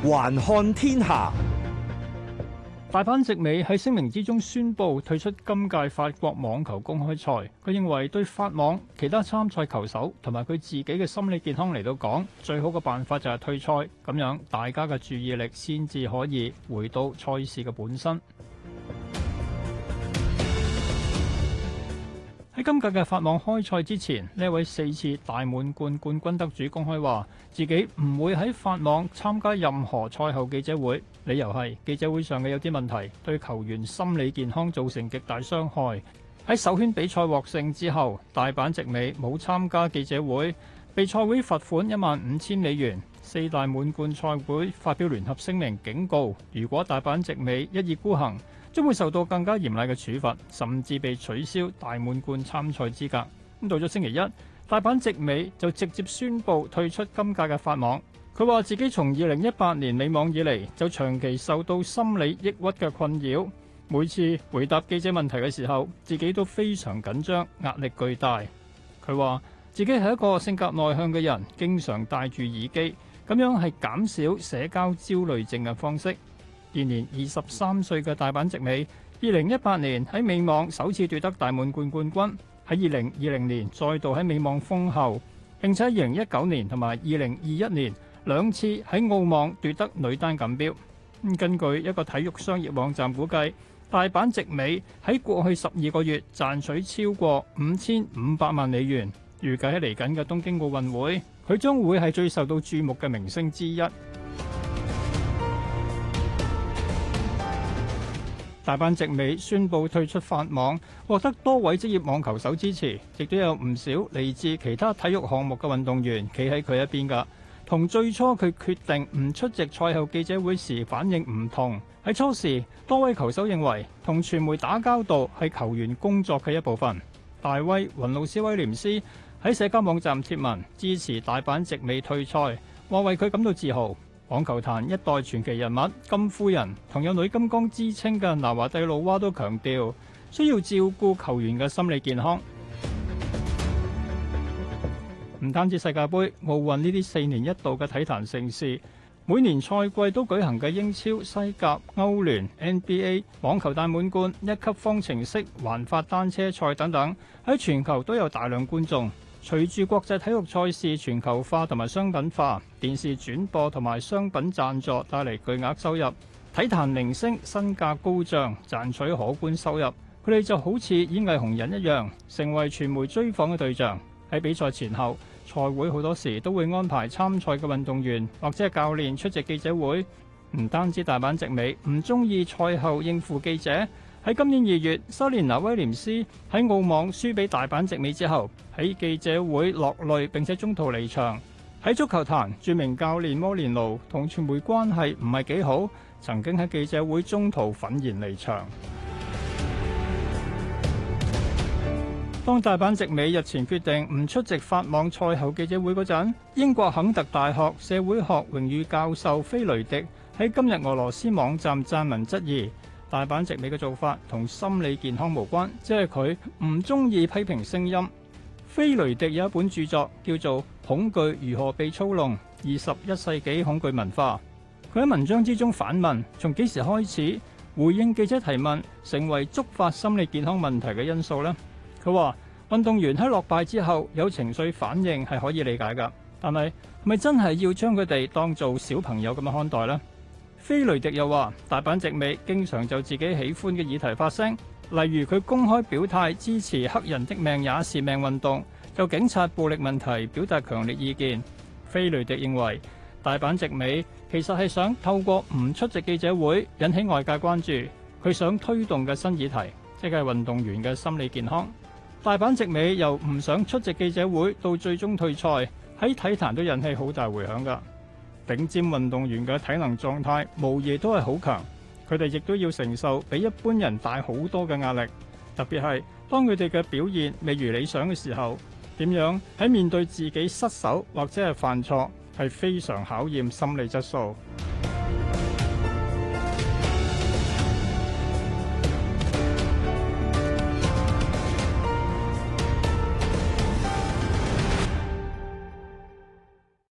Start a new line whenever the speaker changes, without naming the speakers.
環看天下，
大阪直美喺聲明之中宣布退出今屆法國網球公開賽。佢認為對法網其他參賽球手同埋佢自己嘅心理健康嚟到講，最好嘅辦法就係退賽，咁樣大家嘅注意力先至可以回到賽事嘅本身。喺今屆嘅法網開賽之前，呢位4次大滿貫冠軍得主公開話，自己唔會喺法網參加任何賽後記者會，理由係記者會上嘅有啲問題對球員心理健康造成極大傷害。喺首圈比賽獲勝之後，大阪直美冇參加記者會，被賽會罰款15000美元。4大滿貫賽會發表聯合聲明警告，如果大阪直美一意孤行，將會受到更加嚴厲嘅處罰，甚至被取消大滿貫參賽資格。咁到咗星期一，大阪直美就直接宣布退出今屆嘅法網。佢話自己從2018年美網以嚟就長期受到心理抑鬱嘅困擾，每次回答記者問題嘅時候，自己都非常緊張，壓力巨大。佢話自己係一個性格內向嘅人，經常戴住耳機，咁樣係減少社交焦慮症嘅方式。現年23歲嘅大阪直美，2018年喺美網首次奪得大滿貫冠軍，喺2020年再度喺美網封后，並且喺2019年同埋2021年兩次喺澳網奪得女單錦標。根據一個體育商業網站估計，大阪直美喺過去12個月賺取超過5500萬美元，預計喺嚟緊嘅東京奧運會，佢將會係最受到注目嘅明星之一。大阪直美宣布退出法網，獲得多位職業網球手支持，亦都有唔少嚟自其他體育項目嘅運動員企喺佢一邊㗎。同最初佢決定唔出席賽後記者會時反應唔同。喺初時，多位球手認為同傳媒打交道係球員工作嘅一部分。大威雲路斯威廉斯喺社交網站貼文支持大阪直美退賽，話為佢感到自豪。網球壇一代傳奇人物金夫人同有女金剛之稱嘅拿華蒂魯娃都強調，需要照顧球員嘅心理健康。唔單止世界盃、奧運呢啲4年一度嘅體壇盛事，每年賽季都舉行嘅英超、西甲、歐聯、NBA、網球大滿貫、一級方程式、環法單車賽等等，喺全球都有大量觀眾。隨住國際體育賽事全球化同埋商品化，電視轉播同埋商品贊助帶嚟巨額收入，體壇明星身價高漲，賺取可觀收入。佢哋就好似演藝紅人一樣，成為傳媒追訪嘅對象。喺比賽前後，賽會好多時都會安排參賽嘅運動員或者係教練出席記者會。唔單止大阪直美唔中意賽後應付記者。喺今年2月，修蓮娜威廉斯喺澳網輸俾大阪直美之後，喺記者會落淚並且中途離場。喺足球壇，著名教練摩連奴同傳媒關係唔係幾好，曾經喺記者會中途憤然離場。當大阪直美日前決定唔出席法網賽後記者會嗰陣，英國肯特大學社會學榮譽教授菲雷迪喺今日俄羅斯網站撰文質疑大阪直美嘅做法同心理健康無關，即係佢唔中意批評聲音。菲雷迪有一本著作叫做《恐懼如何被操弄：21世紀恐懼文化》。佢喺文章之中反問：從幾時開始回應記者提問成為觸發心理健康問題嘅因素呢？佢話運動員喺落敗之後有情緒反應係可以理解㗎，但係咪真係要將佢哋當做小朋友咁樣看待呢？菲雷迪又話，大阪直美經常就自己喜歡嘅議題發聲，例如佢公開表態支持黑人的命也是命運動，就警察暴力問題表達強烈意見。菲雷迪認為大阪直美其實係想透過唔出席記者會引起外界關注，佢想推動嘅新議題，即係運動員嘅心理健康。大阪直美由唔想出席記者會到最終退賽，喺體壇都引起好大迴響㗎。頂尖運動員嘅體能狀態無疑都係好強，佢哋亦都要承受比一般人大好多嘅壓力，特別係當佢哋嘅表現未如理想嘅時候，點樣喺面對自己失手或者係犯錯，係非常考驗心理質素。